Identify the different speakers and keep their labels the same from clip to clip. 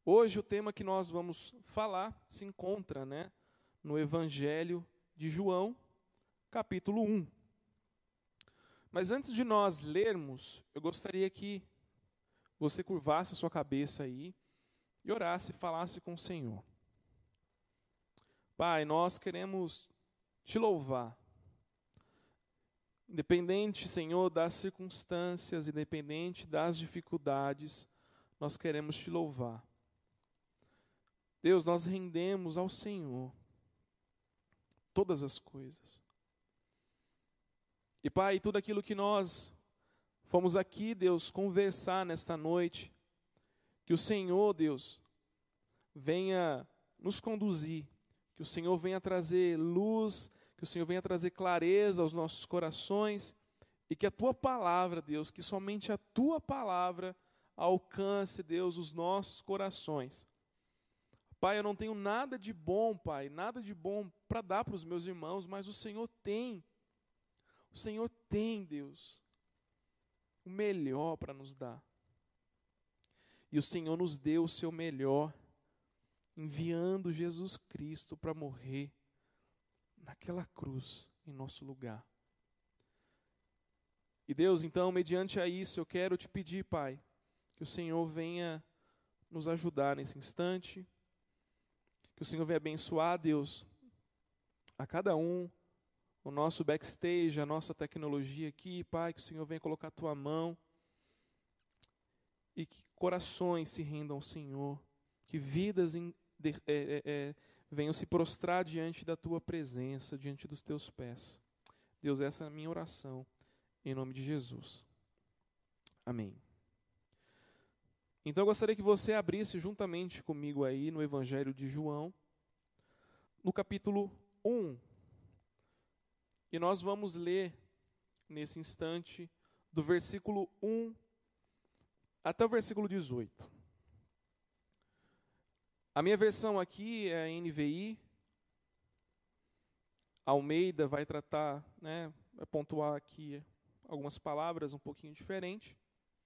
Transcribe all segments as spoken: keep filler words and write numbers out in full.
Speaker 1: Hoje o tema que nós vamos falar se encontra, né, no Evangelho de João, capítulo um. Mas antes de nós lermos, eu gostaria que você curvasse a sua cabeça aí e orasse e falasse com o Senhor. Pai, nós queremos te louvar. Independente, Senhor, das circunstâncias, independente das dificuldades, nós queremos te louvar. Deus, nós rendemos ao Senhor todas as coisas. E, Pai, tudo aquilo que nós fomos aqui, Deus, conversar nesta noite, que o Senhor, Deus, venha nos conduzir, que o Senhor venha trazer luz, que o Senhor venha trazer clareza aos nossos corações, e que a Tua palavra, Deus, que somente a Tua palavra alcance, Deus, os nossos corações. Pai, eu não tenho nada de bom, Pai, nada de bom para dar para os meus irmãos, mas o Senhor tem. O Senhor tem, Deus, o melhor para nos dar. E o Senhor nos deu o seu melhor, enviando Jesus Cristo para morrer naquela cruz em nosso lugar. E Deus, então, mediante a isso, eu quero te pedir, Pai, que o Senhor venha nos ajudar nesse instante, que o Senhor venha abençoar, Deus, a cada um, o nosso backstage, a nossa tecnologia aqui, Pai, que o Senhor venha colocar a Tua mão e que corações se rendam ao Senhor, que vidas em, de, é, é, é, venham se prostrar diante da Tua presença, diante dos Teus pés. Deus, essa é a minha oração, em nome de Jesus. Amém. Então eu gostaria que você abrisse juntamente comigo aí no Evangelho de João, no capítulo um. E nós vamos ler nesse instante do versículo um até o versículo dezoito. A minha versão aqui é a N V I. Almeida vai tratar, né, vai pontuar aqui algumas palavras um pouquinho diferentes.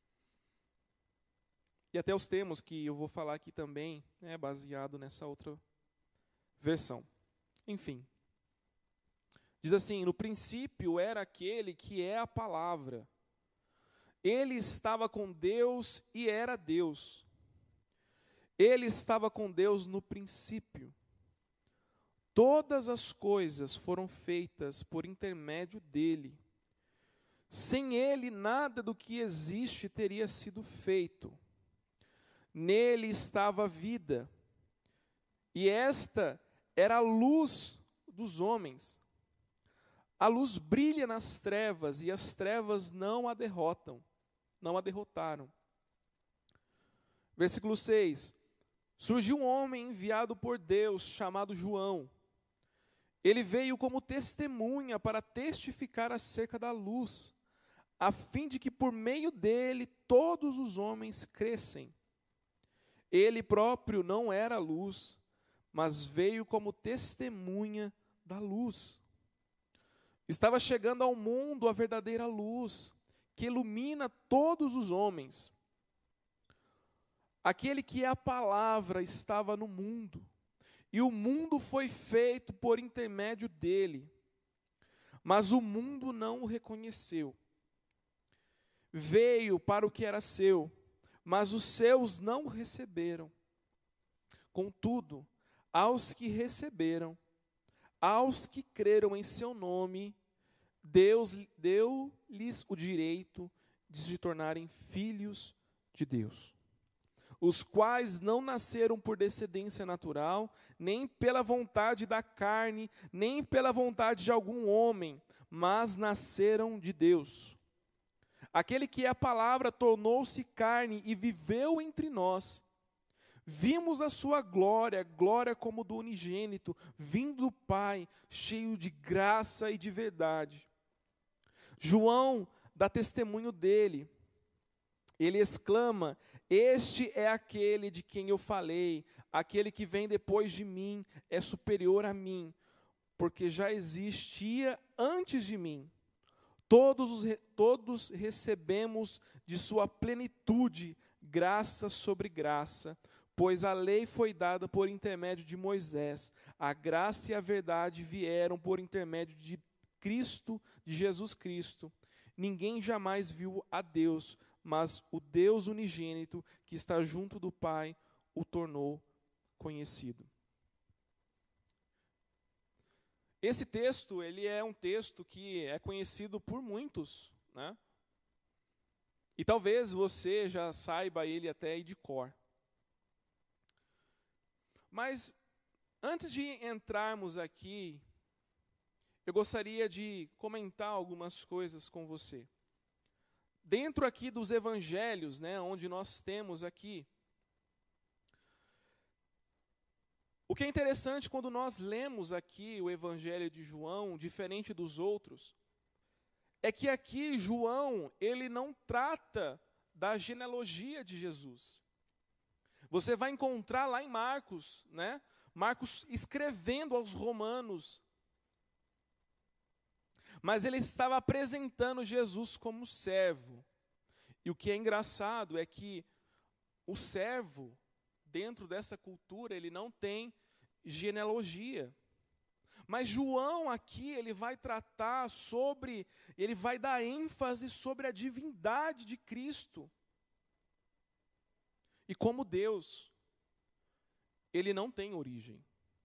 Speaker 1: E até os termos que eu vou falar aqui também, é baseado nessa outra versão. Enfim. Diz assim: no princípio era aquele que é a palavra. Ele estava com Deus e era Deus. Ele estava com Deus no princípio. Todas as coisas foram feitas por intermédio dele. Sem ele, nada do que existe teria sido feito. Nele estava a vida, e esta era a luz dos homens. A luz brilha nas trevas, e as trevas não a derrotam, não a derrotaram. Versículo seis. Surgiu um homem enviado por Deus, chamado João. Ele veio como testemunha para testificar acerca da luz, a fim de que por meio dele todos os homens crescem. Ele próprio não era luz, mas veio como testemunha da luz. Estava chegando ao mundo a verdadeira luz, que ilumina todos os homens. Aquele que é a palavra estava no mundo, e o mundo foi feito por intermédio dele, mas o mundo não o reconheceu. Veio para o que era seu, mas os seus não o receberam. Contudo, aos que receberam, aos que creram em seu nome, Deus deu-lhes o direito de se tornarem filhos de Deus, os quais não nasceram por descendência natural, nem pela vontade da carne, nem pela vontade de algum homem, mas nasceram de Deus. Aquele que é a palavra tornou-se carne e viveu entre nós. Vimos a sua glória, glória como do unigênito, vindo do Pai, cheio de graça e de verdade. João dá testemunho dele. Ele exclama: este é aquele de quem eu falei, aquele que vem depois de mim é superior a mim, porque já existia antes de mim. Todos, os, todos recebemos de sua plenitude graça sobre graça, Pois a lei foi dada por intermédio de Moisés, a graça e a verdade vieram por intermédio de Cristo, de Jesus Cristo. Ninguém jamais viu a Deus, mas o Deus unigênito, que está junto do Pai, o tornou conhecido. Esse texto, ele é um texto que é conhecido por muitos, né? E talvez você já saiba ele até aí de cor. Mas, antes de entrarmos aqui, eu gostaria de comentar algumas coisas com você. Dentro aqui dos evangelhos, né, onde nós temos aqui, o que é interessante quando nós lemos aqui o evangelho de João, diferente dos outros, é que aqui João, ele não trata da genealogia de Jesus. Você vai encontrar lá em Marcos, né? Marcos escrevendo aos romanos. Mas ele estava apresentando Jesus como servo. E o que é engraçado é que o servo, dentro dessa cultura, ele não tem genealogia. Mas João aqui, ele vai tratar sobre, ele vai dar ênfase sobre a divindade de Cristo. E como Deus, ele não tem origem.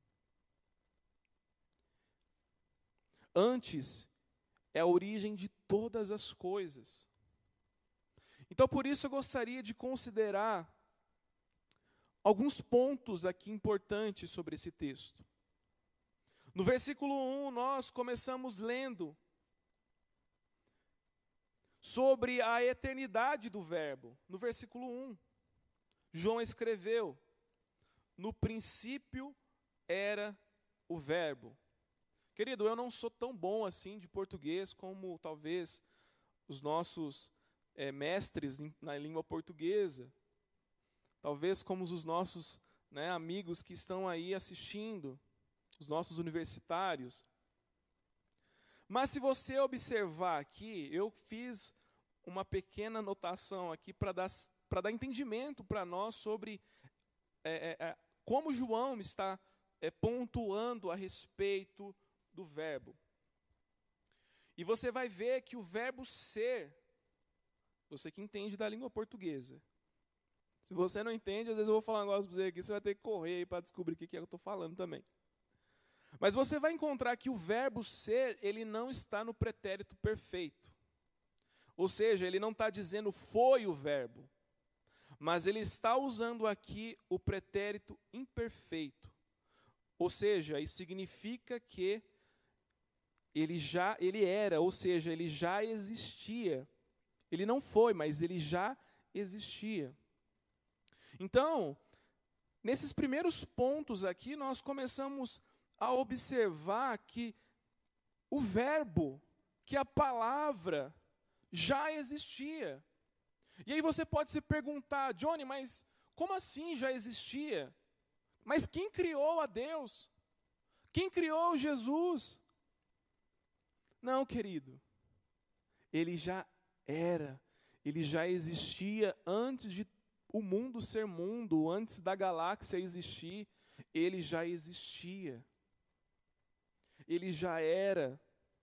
Speaker 1: Antes, é a origem de todas as coisas. Então, por isso, eu gostaria de considerar alguns pontos aqui importantes sobre esse texto. No versículo um, nós começamos lendo sobre a eternidade do Verbo. No versículo um. João escreveu, no princípio era o Verbo. Querido, eu não sou tão bom assim de português como talvez os nossos é, mestres na língua portuguesa. Talvez como os nossos né, amigos que estão aí assistindo, os nossos universitários. Mas se você observar aqui, eu fiz uma pequena anotação aqui para dar para dar entendimento para nós sobre é, é, como João está é, pontuando a respeito do verbo. E você vai ver que o verbo ser, você que entende da língua portuguesa, se você não entende, às vezes eu vou falar um negócio para você aqui, você vai ter que correr aí para descobrir o que, que é que eu estou falando também. Mas você vai encontrar que o verbo ser, ele não está no pretérito perfeito. Ou seja, ele não está dizendo foi o verbo. Mas ele está usando aqui o pretérito imperfeito. Ou seja, isso significa que ele já, ele era, ou seja, ele já existia. Ele não foi, mas ele já existia. Então, nesses primeiros pontos aqui, nós começamos a observar que o verbo, que a palavra, já existia. E aí você pode se perguntar, Johnny, mas como assim já existia? Mas quem criou a Deus? Quem criou Jesus? Não, querido. Ele já era. Ele já existia antes de o mundo ser mundo, antes da galáxia existir. Ele já existia. Ele já era.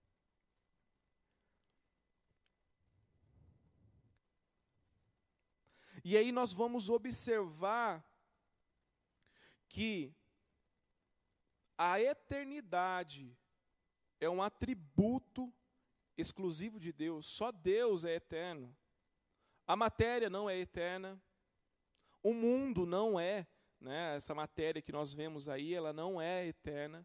Speaker 1: E aí nós vamos observar que a eternidade é um atributo exclusivo de Deus. Só Deus é eterno. A matéria não é eterna. O mundo não é, né, essa matéria que nós vemos aí, ela não é eterna.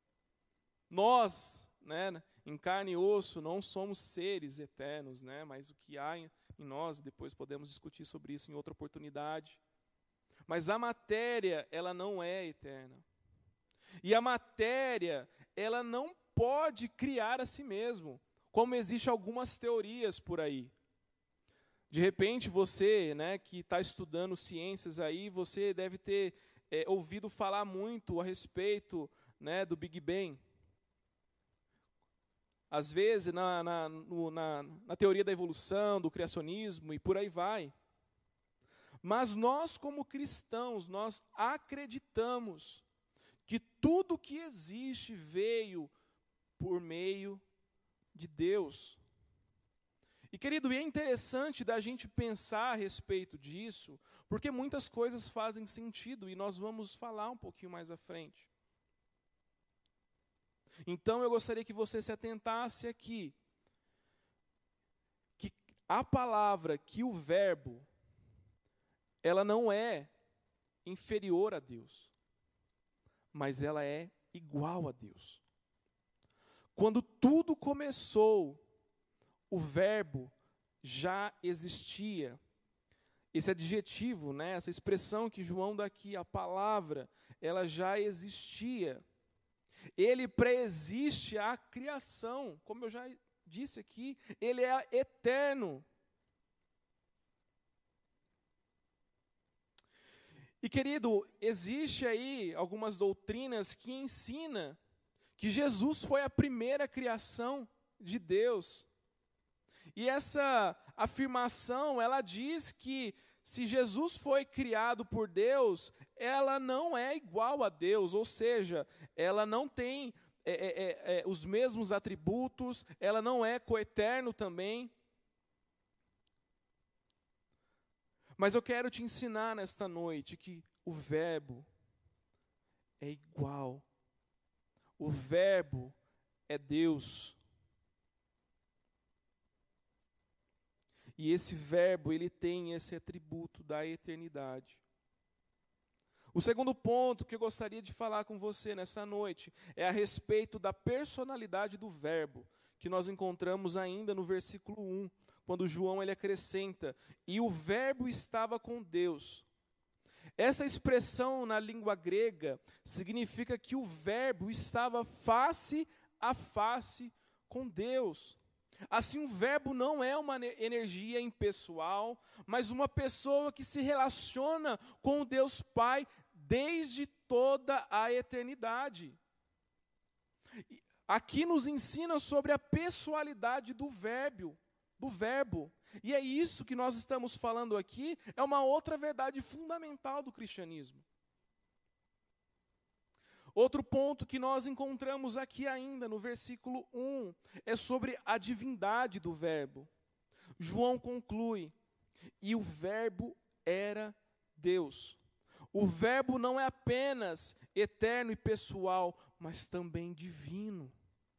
Speaker 1: Nós, né, em carne e osso, não somos seres eternos, né, mas o que há em em nós, depois podemos discutir sobre isso em outra oportunidade. Mas a matéria, ela não é eterna. E a matéria, ela não pode criar a si mesmo, como existem algumas teorias por aí. De repente, você, né, que está estudando ciências aí, você deve ter é, ouvido falar muito a respeito, né, do Big Bang. Às vezes, na, na, no, na, na teoria da evolução, do criacionismo, e por aí vai. Mas nós, como cristãos, nós acreditamos que tudo que existe veio por meio de Deus. E, querido, é interessante da gente pensar a respeito disso, porque muitas coisas fazem sentido, e nós vamos falar um pouquinho mais à frente. Então, eu gostaria que você se atentasse aqui, que a palavra, que o verbo, ela não é inferior a Deus, mas ela é igual a Deus. Quando tudo começou, o verbo já existia. Esse adjetivo, né, essa expressão que João dá aqui, a palavra, ela já existia. Ele pré-existe à criação, como eu já disse aqui, ele é eterno. E, querido, existe aí algumas doutrinas que ensinam que Jesus foi a primeira criação de Deus. E essa afirmação, ela diz que se Jesus foi criado por Deus, ela não é igual a Deus, ou seja, ela não tem é, é, é, os mesmos atributos, ela não é coeterno também. Mas eu quero te ensinar nesta noite que o verbo é igual. O verbo é Deus. E esse verbo, ele tem esse atributo da eternidade. O segundo ponto que eu gostaria de falar com você nessa noite é a respeito da personalidade do verbo, que nós encontramos ainda no versículo um, quando João ele acrescenta, e o verbo estava com Deus. Essa expressão na língua grega significa que o verbo estava face a face com Deus. Assim, o verbo não é uma energia impessoal, mas uma pessoa que se relaciona com o Deus Pai desde toda a eternidade. Aqui nos ensina sobre a pessoalidade do verbo, do verbo. E é isso que nós estamos falando aqui, é uma outra verdade fundamental do cristianismo. Outro ponto que nós encontramos aqui ainda no versículo um é sobre a divindade do verbo. João conclui, e o verbo era Deus. O verbo não é apenas eterno e pessoal, mas também divino.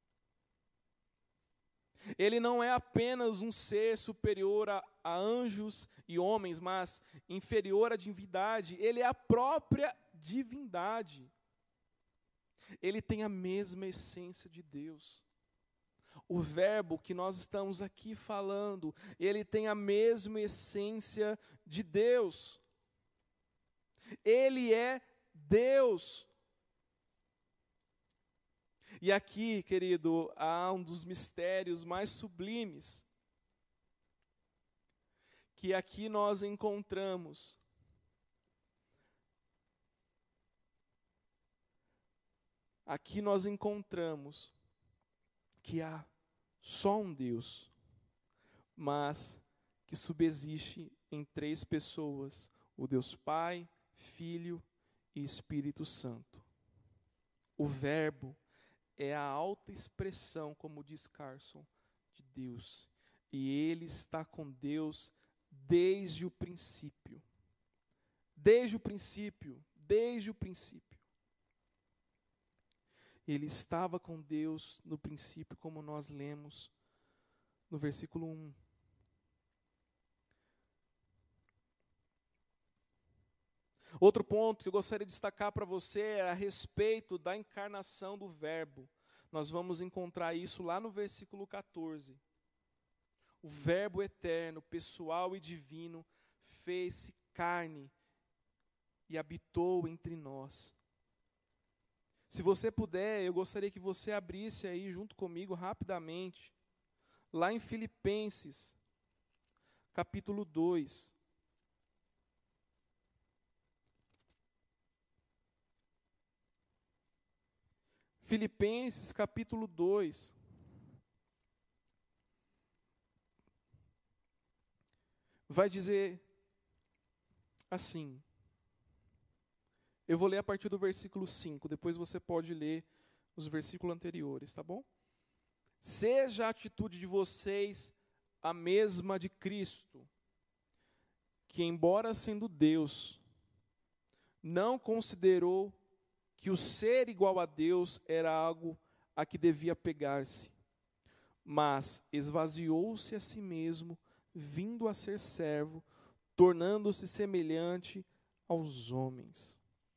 Speaker 1: Ele não é apenas um ser superior a, a anjos e homens, mas inferior à divindade. Ele é a própria divindade. Ele tem a mesma essência de Deus. O verbo que nós estamos aqui falando, ele tem a mesma essência de Deus. Ele é Deus. E aqui, querido, há um dos mistérios mais sublimes, que aqui nós encontramos. Aqui nós encontramos que há só um Deus, mas que subsiste em três pessoas, o Deus Pai, Filho e Espírito Santo. O verbo é a alta expressão, como diz Carson, de Deus. E ele está com Deus desde o princípio. Desde o princípio, desde o princípio. Ele estava com Deus no princípio, como nós lemos no versículo um. Outro ponto que eu gostaria de destacar para você é a respeito da encarnação do verbo. Nós vamos encontrar isso lá no versículo quatorze. O verbo eterno, pessoal e divino, fez-se carne e habitou entre nós. Se você puder, eu gostaria que você abrisse aí junto comigo rapidamente, lá em Filipenses, capítulo dois. Filipenses, capítulo dois. Vai dizer assim. Eu vou ler a partir do versículo cinco, depois você pode ler os versículos anteriores, tá bom? Seja a atitude de vocês a mesma de Cristo, que embora sendo Deus, não considerou que o ser igual a Deus era algo a que devia pegar-se, mas esvaziou-se a si mesmo, vindo a ser servo, tornando-se semelhante aos homens.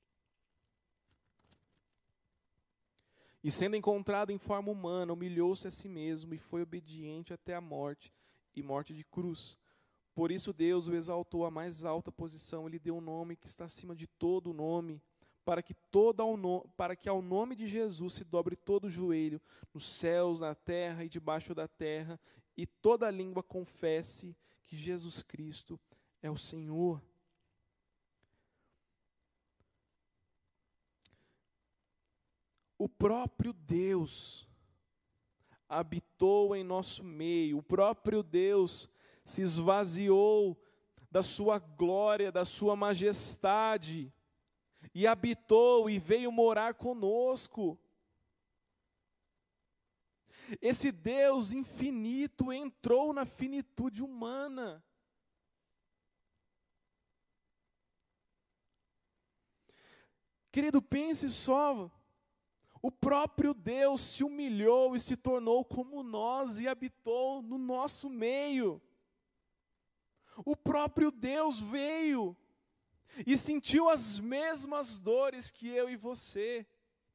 Speaker 1: E sendo encontrado em forma humana, humilhou-se a si mesmo e foi obediente até a morte, e morte de cruz. Por isso Deus o exaltou à mais alta posição, e lhe deu um nome que está acima de todo o nome, para que, todo ao, no, para que ao nome de Jesus se dobre todo o joelho, nos céus, na terra e debaixo da terra, e toda língua confesse que Jesus Cristo é o Senhor. O próprio Deus habitou em nosso meio, o próprio Deus se esvaziou da sua glória, da sua majestade, e habitou e veio morar conosco. Esse Deus infinito entrou na finitude humana. Querido, pense só, o próprio Deus se humilhou e se tornou como nós e habitou no nosso meio. O próprio Deus veio e sentiu as mesmas dores que eu e você.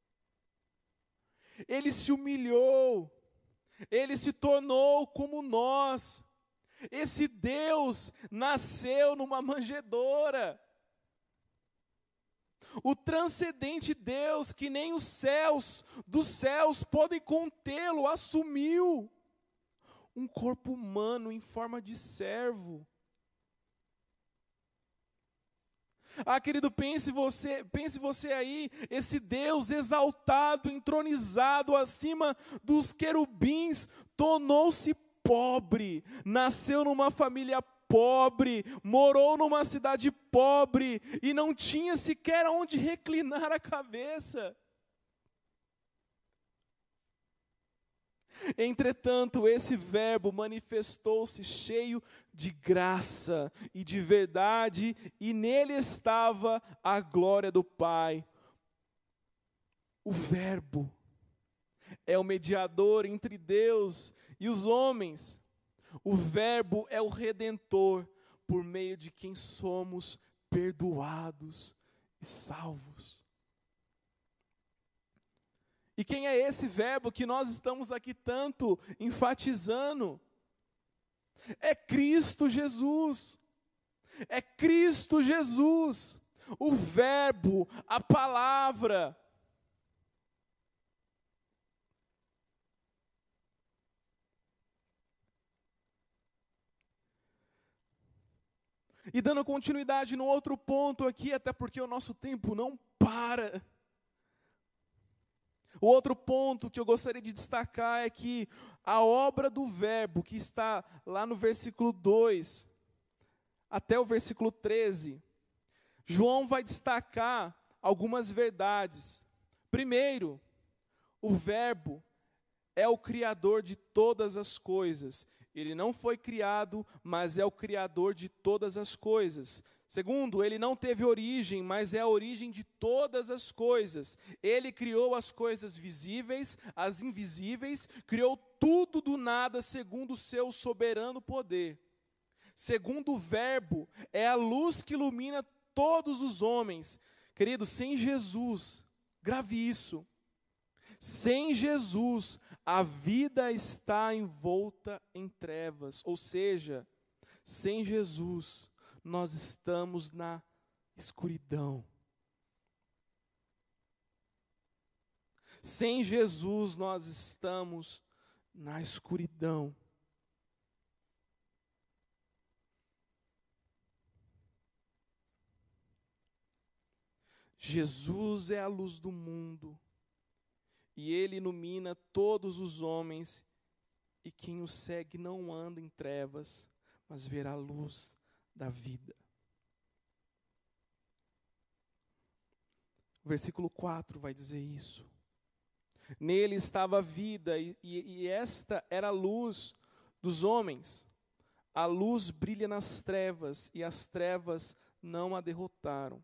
Speaker 1: Ele se humilhou, ele se tornou como nós. Esse Deus nasceu numa manjedoura. O transcendente Deus, que nem os céus dos céus podem contê-lo, assumiu um corpo humano em forma de servo. Ah, querido, pense você, pense você aí, esse Deus exaltado, entronizado acima dos querubins, tornou-se pobre, nasceu numa família pobre, morou numa cidade pobre e não tinha sequer onde reclinar a cabeça. Entretanto, esse verbo manifestou-se cheio de graça e de verdade, e nele estava a glória do Pai. O verbo é o mediador entre Deus e os homens. O verbo é o redentor, por meio de quem somos perdoados e salvos. E quem é esse verbo que nós estamos aqui tanto enfatizando? É Cristo Jesus. É Cristo Jesus. O verbo, a palavra. E dando continuidade no outro ponto aqui, até porque o nosso tempo não para. O outro ponto que eu gostaria de destacar é que a obra do verbo, que está lá no versículo dois, até o versículo treze, João vai destacar algumas verdades. Primeiro, o verbo é o criador de todas as coisas. Ele não foi criado, mas é o criador de todas as coisas. Segundo, ele não teve origem, mas é a origem de todas as coisas. Ele criou as coisas visíveis, as invisíveis, criou tudo do nada segundo o seu soberano poder. Segundo o verbo, é a luz que ilumina todos os homens. Querido, sem Jesus, grave isso. Sem Jesus, a vida está envolta em trevas. Ou seja, sem Jesus, nós estamos na escuridão. Sem Jesus, nós estamos na escuridão. Jesus é a luz do mundo, e Ele ilumina todos os homens, e quem o segue não anda em trevas, mas verá a luz da vida. O versículo quatro vai dizer isso. Nele estava a vida, e, e, e esta era a luz dos homens. A luz brilha nas trevas, e as trevas não a derrotaram.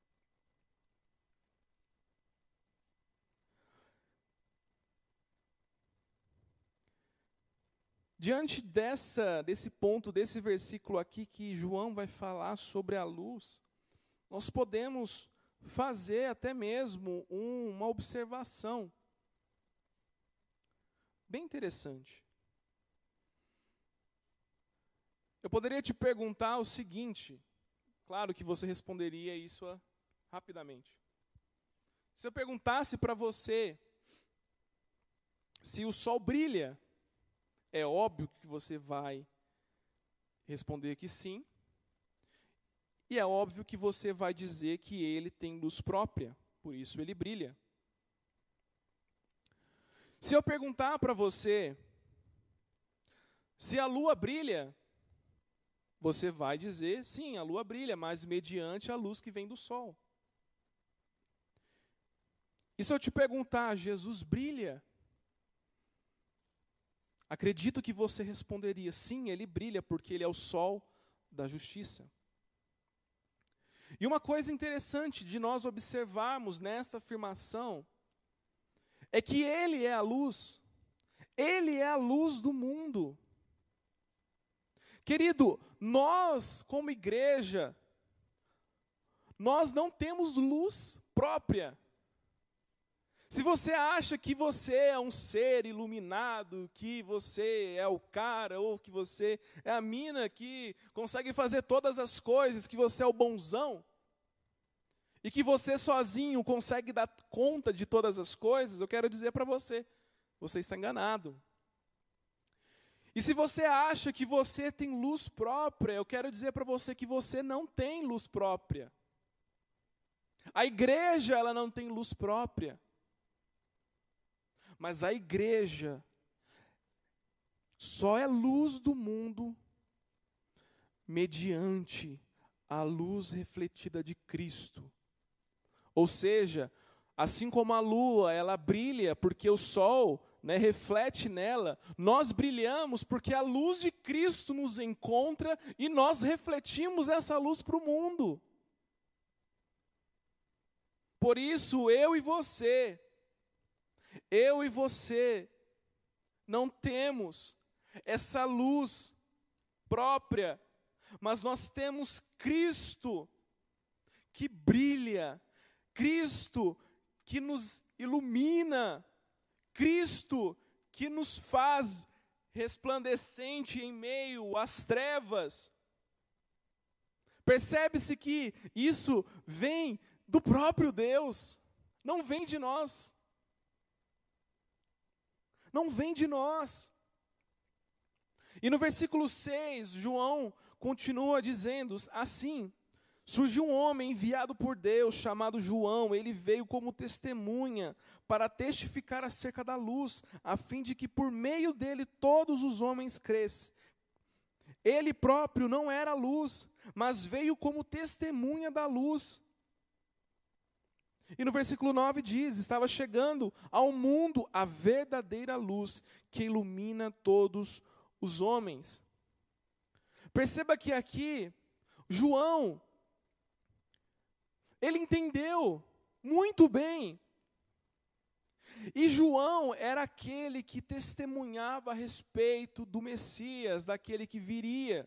Speaker 1: Diante dessa, desse ponto, desse versículo aqui que João vai falar sobre a luz, nós podemos fazer até mesmo um, uma observação bem interessante. Eu poderia te perguntar o seguinte, claro que você responderia isso ah, rapidamente. Se eu perguntasse para você se o sol brilha, é óbvio que você vai responder que sim. E é óbvio que você vai dizer que ele tem luz própria, por isso ele brilha. Se eu perguntar para você se a lua brilha, você vai dizer, sim, a lua brilha, mas mediante a luz que vem do sol. E se eu te perguntar, Jesus brilha? Acredito que você responderia, sim, ele brilha, porque ele é o sol da justiça. E uma coisa interessante de nós observarmos nessa afirmação, é que ele é a luz, ele é a luz do mundo. Querido, nós como igreja, nós não temos luz própria. Se você acha que você é um ser iluminado, que você é o cara, ou que você é a mina que consegue fazer todas as coisas, que você é o bonzão, e que você sozinho consegue dar conta de todas as coisas, eu quero dizer para você, você está enganado. E se você acha que você tem luz própria, eu quero dizer para você que você não tem luz própria. A igreja, ela não tem luz própria. Mas a igreja só é luz do mundo mediante a luz refletida de Cristo. Ou seja, assim como a lua, ela brilha porque o sol, né, reflete nela, nós brilhamos porque a luz de Cristo nos encontra e nós refletimos essa luz para o mundo. Por isso, eu e você, eu e você, não temos essa luz própria, mas nós temos Cristo que brilha, Cristo que nos ilumina, Cristo que nos faz resplandecente em meio às trevas. Percebe-se que isso vem do próprio Deus, não vem de nós. Não vem de nós. E no versículo seis, João continua dizendo assim: surgiu um homem enviado por Deus, chamado João, ele veio como testemunha, para testificar acerca da luz, a fim de que por meio dele todos os homens crescem. Ele próprio não era luz, mas veio como testemunha da luz. E no versículo nove diz, estava chegando ao mundo a verdadeira luz, que ilumina todos os homens. Perceba que aqui, João, ele entendeu muito bem. E João era aquele que testemunhava a respeito do Messias, daquele que viria.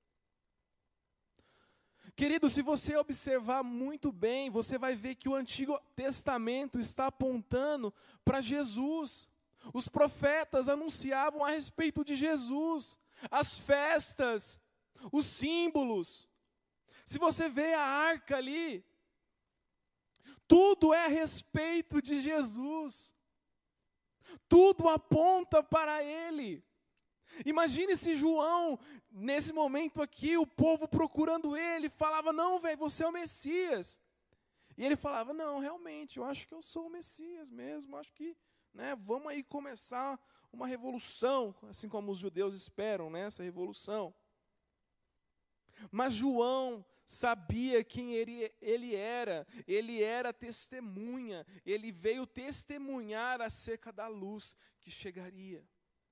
Speaker 1: Querido, se você observar muito bem, você vai ver que o Antigo Testamento está apontando para Jesus. Os profetas anunciavam a respeito de Jesus, as festas, os símbolos. Se você vê a arca ali, tudo é a respeito de Jesus. Tudo aponta para Ele. Imagine se João, nesse momento aqui, o povo procurando ele, falava, não, velho, você é o Messias. E ele falava, não, realmente, eu acho que eu sou o Messias mesmo, acho que, né, vamos aí começar uma revolução, assim como os judeus esperam, né, essa revolução. Mas João sabia quem ele, ele era, ele era testemunha, ele veio testemunhar acerca da luz que chegaria.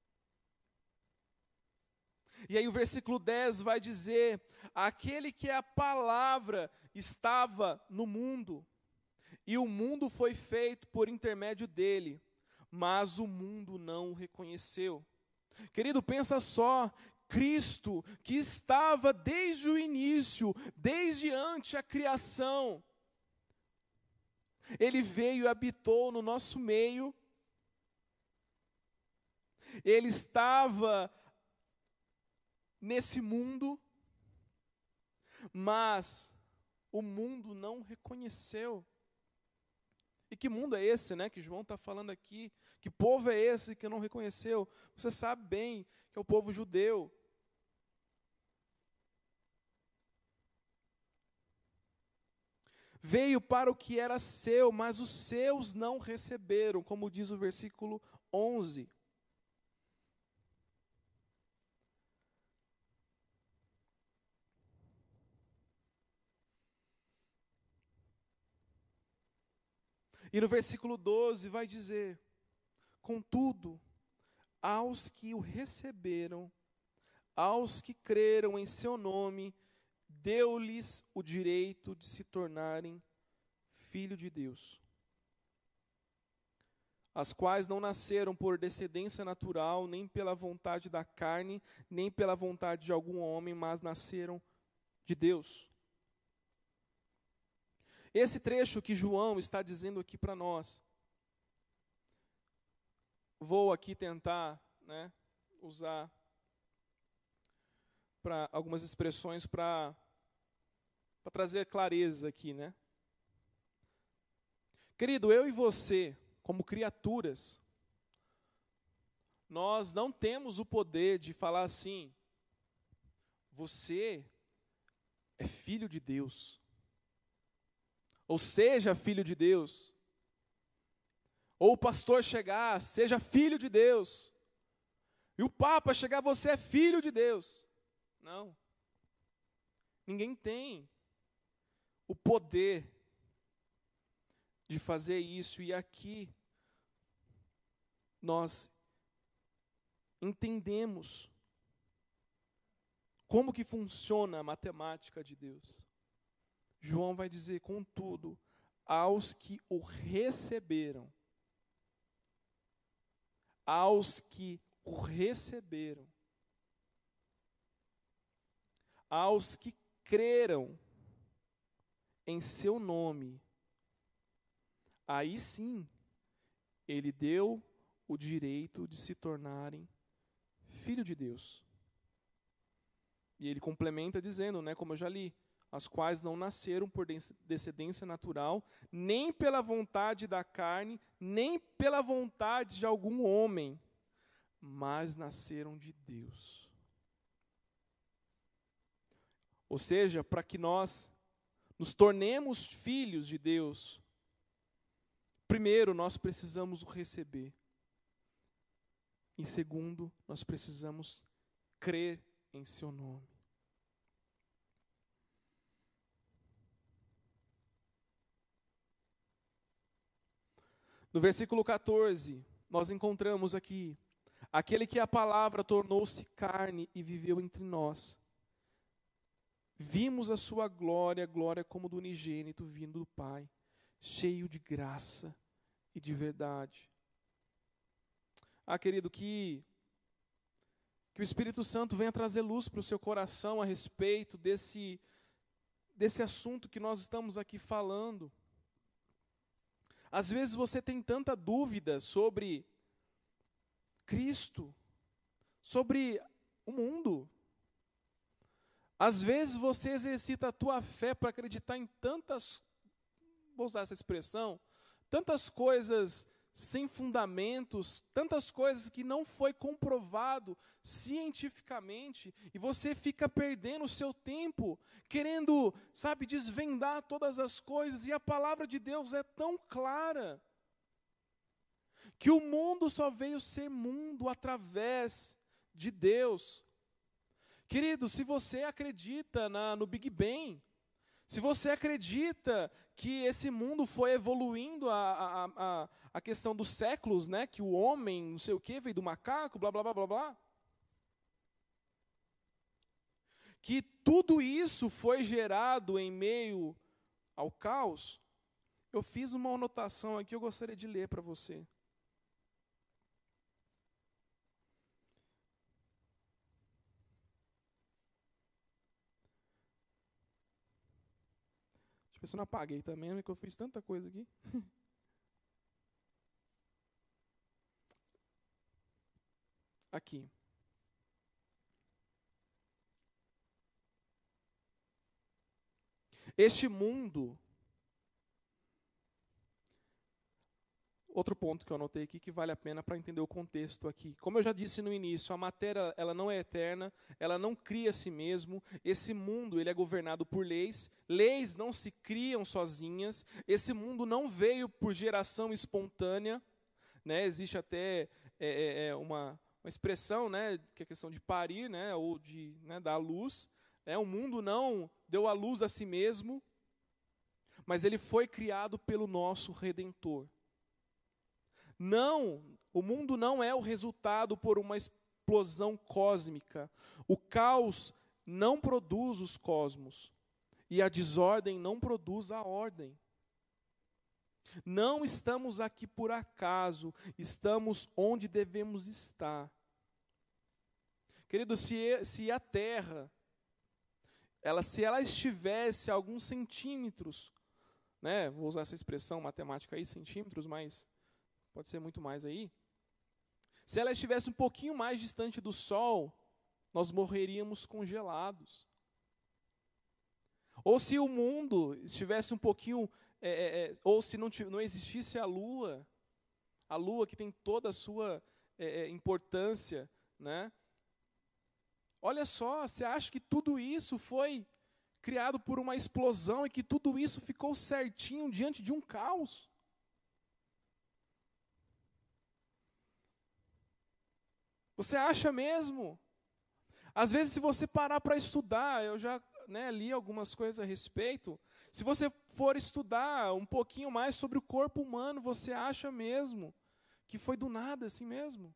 Speaker 1: E aí o versículo dez vai dizer: aquele que é a palavra estava no mundo, e o mundo foi feito por intermédio dele, mas o mundo não o reconheceu. Querido, pensa só, Cristo, que estava desde o início, desde antes a criação, ele veio e habitou no nosso meio, ele estava nesse mundo, mas o mundo não reconheceu. E que mundo é esse, né, que João está falando aqui? Que povo é esse que não reconheceu? Você sabe bem que é o povo judeu. Veio para o que era seu, mas os seus não receberam, como diz o versículo onze. E no versículo doze vai dizer: contudo, aos que o receberam, aos que creram em seu nome, deu-lhes o direito de se tornarem filho de Deus, as quais não nasceram por descendência natural, nem pela vontade da carne, nem pela vontade de algum homem, mas nasceram de Deus. Esse trecho que João está dizendo aqui para nós, vou aqui tentar, né, usar para algumas expressões para para trazer clareza aqui, né? Querido, eu e você, como criaturas, nós não temos o poder de falar assim: você é filho de Deus. Ou seja, filho de Deus. Ou o pastor chegar, seja filho de Deus. E o Papa chegar, você é filho de Deus. Não. Ninguém tem o poder de fazer isso. E aqui nós entendemos como que funciona a matemática de Deus. João vai dizer: contudo, aos que o receberam, aos que o receberam, aos que creram em seu nome, aí sim, ele deu o direito de se tornarem filho de Deus. E ele complementa dizendo, né, como eu já li, as quais não nasceram por descendência natural, nem pela vontade da carne, nem pela vontade de algum homem, mas nasceram de Deus. Ou seja, para que nós nos tornemos filhos de Deus, primeiro nós precisamos o receber. Em segundo, nós precisamos crer em seu nome. No versículo quatorze, nós encontramos aqui: aquele que a palavra tornou-se carne e viveu entre nós. Vimos a sua glória, glória como do unigênito vindo do Pai, cheio de graça e de verdade. Ah, querido, que, que o Espírito Santo venha trazer luz para o seu coração a respeito desse, desse assunto que nós estamos aqui falando. Às vezes você tem tanta dúvida sobre Cristo, sobre o mundo. Às vezes você exercita a tua fé para acreditar em tantas, vou usar essa expressão, tantas coisas sem fundamentos, tantas coisas que não foi comprovado cientificamente, e você fica perdendo o seu tempo, querendo, sabe, desvendar todas as coisas, e a palavra de Deus é tão clara, que o mundo só veio ser mundo através de Deus. Querido, se você acredita na, no Big Bang, Se você acredita que esse mundo foi evoluindo a, a, a, a questão dos séculos, né, que o homem, não sei o quê, veio do macaco, blá, blá, blá, blá, blá. Que tudo isso foi gerado em meio ao caos, eu fiz uma anotação aqui, eu gostaria de ler para você. Deixa eu ver se eu não apaguei também, porque eu fiz tanta coisa aqui. Aqui. Este mundo, outro ponto que eu anotei aqui que vale a pena para entender o contexto aqui. Como eu já disse no início, a matéria ela não é eterna, ela não cria a si mesmo. Esse mundo ele é governado por leis. Leis não se criam sozinhas. Esse mundo não veio por geração espontânea, né? Existe até é, é, uma, uma expressão, né, que é a questão de parir, né, ou de, né, dar à luz. É, o mundo não deu à luz a si mesmo, mas ele foi criado pelo nosso Redentor. Não, o mundo não é o resultado por uma explosão cósmica. O caos não produz os cosmos. E a desordem não produz a ordem. Não estamos aqui por acaso, estamos onde devemos estar. Querido, se, se a Terra, ela, se ela estivesse a alguns centímetros, né, vou usar essa expressão matemática aí, centímetros, mas pode ser muito mais aí. Se ela estivesse um pouquinho mais distante do Sol, nós morreríamos congelados. Ou se o mundo estivesse um pouquinho, é, é, ou se não, não existisse a Lua, a Lua que tem toda a sua é, importância, né? Olha só, você acha que tudo isso foi criado por uma explosão e que tudo isso ficou certinho diante de um caos? Você acha mesmo? Às vezes, se você parar para estudar, eu já né, li algumas coisas a respeito, se você for estudar um pouquinho mais sobre o corpo humano, você acha mesmo que foi do nada assim mesmo?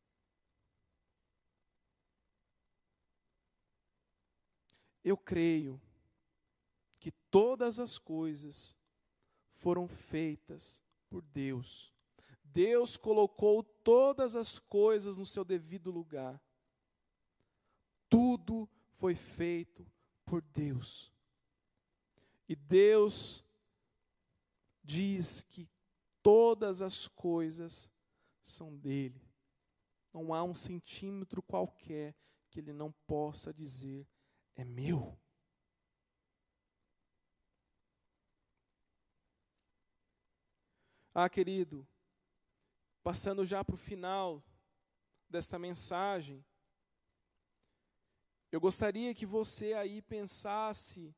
Speaker 1: Eu creio que todas as coisas foram feitas por Deus. Deus colocou todas as coisas no seu devido lugar. Tudo foi feito por Deus. E Deus diz que todas as coisas são dele. Não há um centímetro qualquer que ele não possa dizer, é meu. Ah, querido, passando já para o final desta mensagem, eu gostaria que você aí pensasse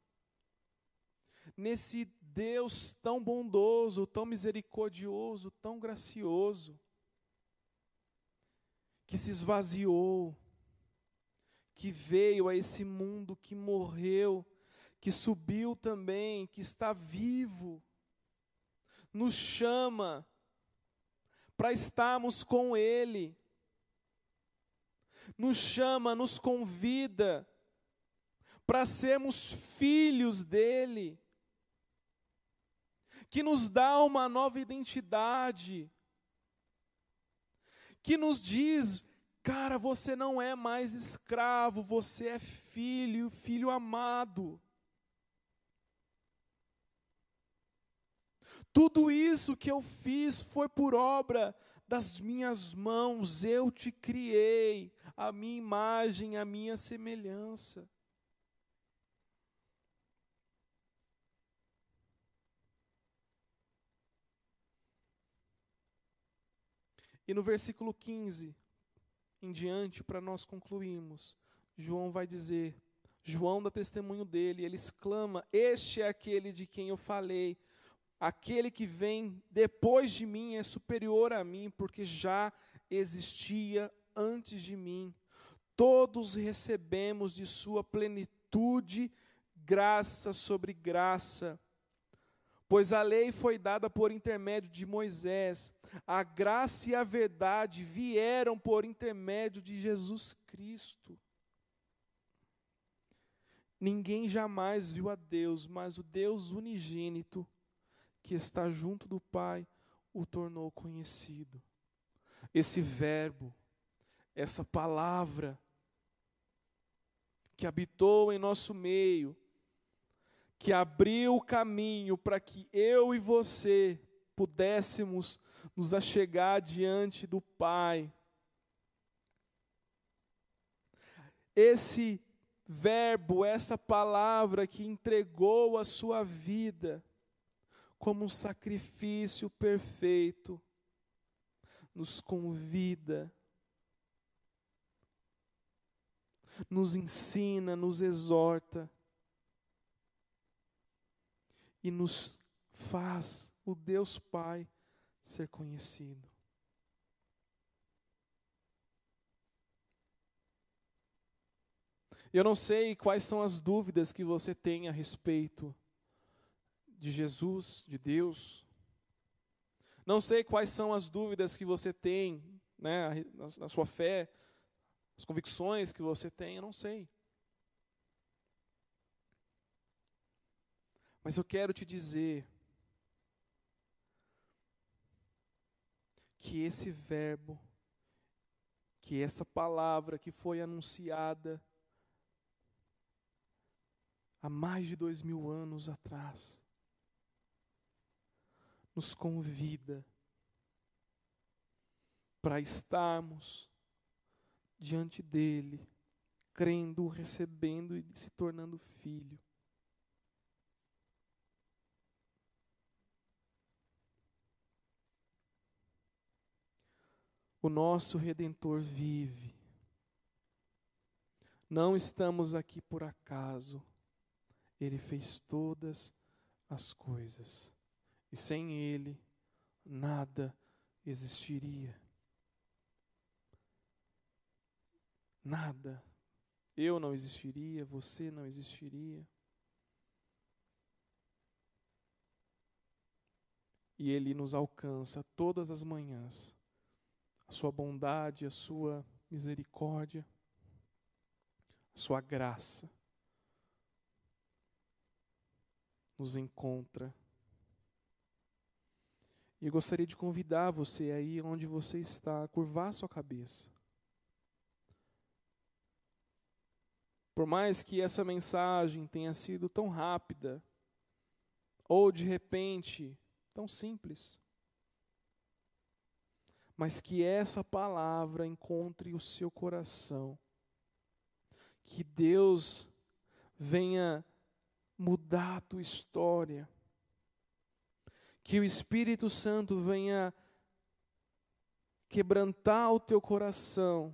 Speaker 1: nesse Deus tão bondoso, tão misericordioso, tão gracioso, que se esvaziou, que veio a esse mundo, que morreu, que subiu também, que está vivo, nos chama para estarmos com Ele, nos chama, nos convida para sermos filhos dEle, que nos dá uma nova identidade, que nos diz, cara, você não é mais escravo, você é filho, filho amado. Tudo isso que eu fiz foi por obra das minhas mãos, eu te criei, a minha imagem, a minha semelhança. E no versículo quinze, em diante, para nós concluirmos, João vai dizer, João dá testemunho dele, ele exclama, este é aquele de quem eu falei, aquele que vem depois de mim é superior a mim, porque já existia antes de mim. Todos recebemos de sua plenitude graça sobre graça. Pois a lei foi dada por intermédio de Moisés, a graça e a verdade vieram por intermédio de Jesus Cristo. Ninguém jamais viu a Deus, mas o Deus unigênito, que está junto do Pai, o tornou conhecido. Esse verbo, essa palavra, que habitou em nosso meio, que abriu o caminho para que eu e você pudéssemos nos achegar diante do Pai. Esse verbo, essa palavra que entregou a sua vida como um sacrifício perfeito, nos convida, nos ensina, nos exorta, e nos faz o Deus Pai ser conhecido. Eu não sei quais são as dúvidas que você tem a respeito de Jesus, de Deus. Não sei quais são as dúvidas que você tem, né, na, na sua fé, as convicções que você tem, eu não sei. Mas eu quero te dizer que esse verbo, que essa palavra que foi anunciada há mais de dois mil anos atrás, nos convida para estarmos diante dele, crendo, recebendo e se tornando filho. O nosso Redentor vive. Não estamos aqui por acaso. Ele fez todas as coisas. E sem Ele, nada existiria. Nada. Eu não existiria, você não existiria. E Ele nos alcança todas as manhãs. A sua bondade, a sua misericórdia, a sua graça nos encontra. E eu gostaria de convidar você aí onde você está, a curvar a sua cabeça. Por mais que essa mensagem tenha sido tão rápida, ou de repente, tão simples, mas que essa palavra encontre o seu coração. Que Deus venha mudar a tua história. Que o Espírito Santo venha quebrantar o teu coração.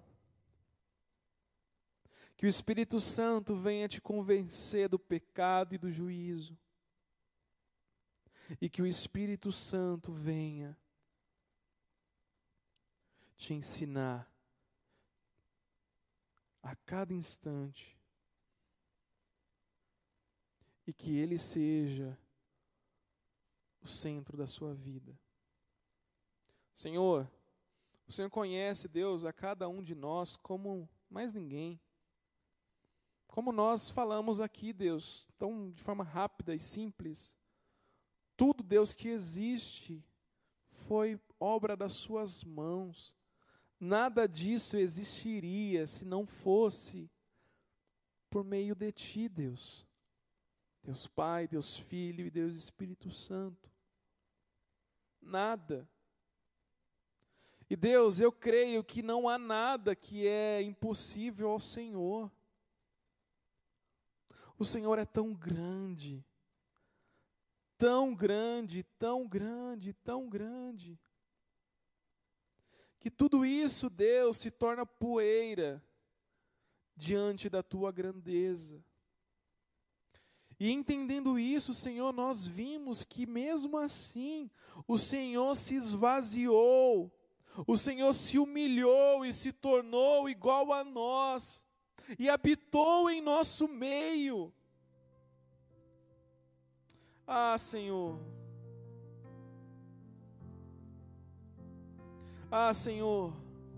Speaker 1: Que o Espírito Santo venha te convencer do pecado e do juízo. E que o Espírito Santo venha te ensinar a cada instante, e que Ele seja o centro da sua vida. Senhor, o Senhor conhece, Deus, a cada um de nós como mais ninguém. Como nós falamos aqui, Deus, tão de forma rápida e simples, tudo, Deus, que existe foi obra das suas mãos. Nada disso existiria se não fosse por meio de Ti, Deus. Deus Pai, Deus Filho e Deus Espírito Santo. Nada. E Deus, eu creio que não há nada que é impossível ao Senhor. O Senhor é tão grande, tão grande, tão grande, tão grande, que tudo isso, Deus, se torna poeira diante da tua grandeza. E entendendo isso, Senhor, nós vimos que mesmo assim, o Senhor se esvaziou, o Senhor se humilhou e se tornou igual a nós, e habitou em nosso meio. Ah, Senhor. Ah, Senhor.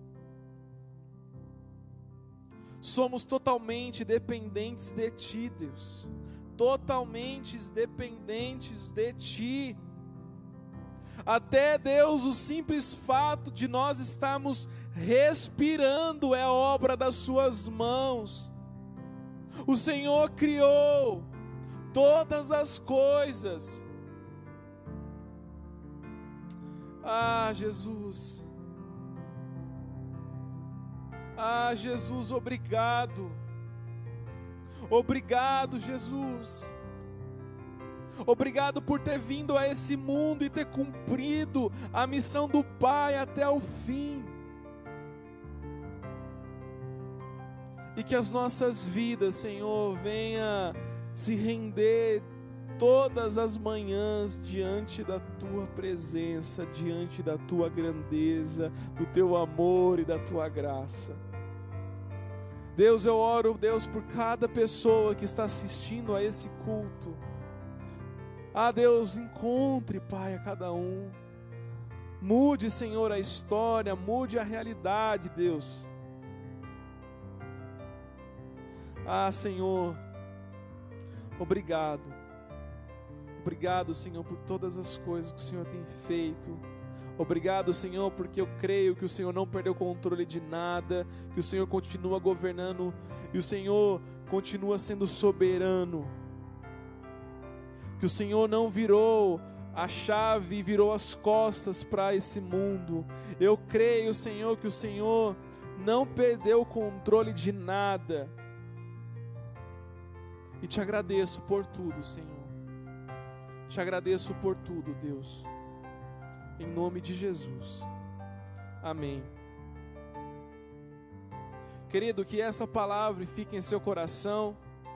Speaker 1: Somos totalmente dependentes de Ti, Deus. Totalmente dependentes de Ti. Até, Deus, o simples fato de nós estarmos respirando é obra das Suas mãos. O Senhor criou todas as coisas. Ah, Jesus. Ah, Jesus, obrigado. Obrigado, Jesus. Obrigado por ter vindo a esse mundo e ter cumprido a missão do Pai até o fim. E que as nossas vidas, Senhor, venha se render todas as manhãs diante da Tua presença, diante da Tua grandeza, do Teu amor e da Tua graça. Deus, eu oro, Deus, por cada pessoa que está assistindo a esse culto. Ah, Deus, encontre, Pai, a cada um. Mude, Senhor, a história, mude a realidade, Deus. Ah, Senhor, obrigado. Obrigado, Senhor, por todas as coisas que o Senhor tem feito. Obrigado, Senhor, porque eu creio que o Senhor não perdeu o controle de nada, que o Senhor continua governando e o Senhor continua sendo soberano. Que o Senhor não virou a chave e virou as costas para esse mundo. Eu creio, Senhor, que o Senhor não perdeu o controle de nada. E te agradeço por tudo, Senhor. Te agradeço por tudo, Deus. Em nome de Jesus. Amém. Querido, que essa palavra fique em seu coração.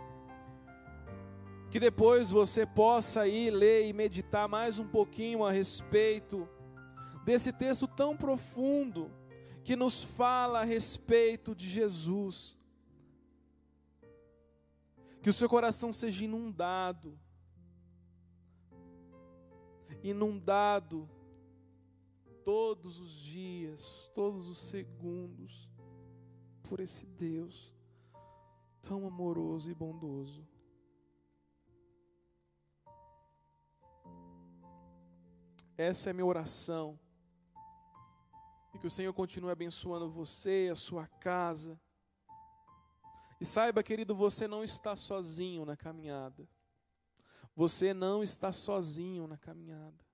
Speaker 1: Que depois você possa ir ler e meditar mais um pouquinho a respeito desse texto tão profundo que nos fala a respeito de Jesus. Que o seu coração seja inundado, inundado todos os dias, todos os segundos, por esse Deus tão amoroso e bondoso. Essa é a minha oração. E que o Senhor continue abençoando você, a sua casa. E saiba, querido, você não está sozinho na caminhada. Você não está sozinho na caminhada.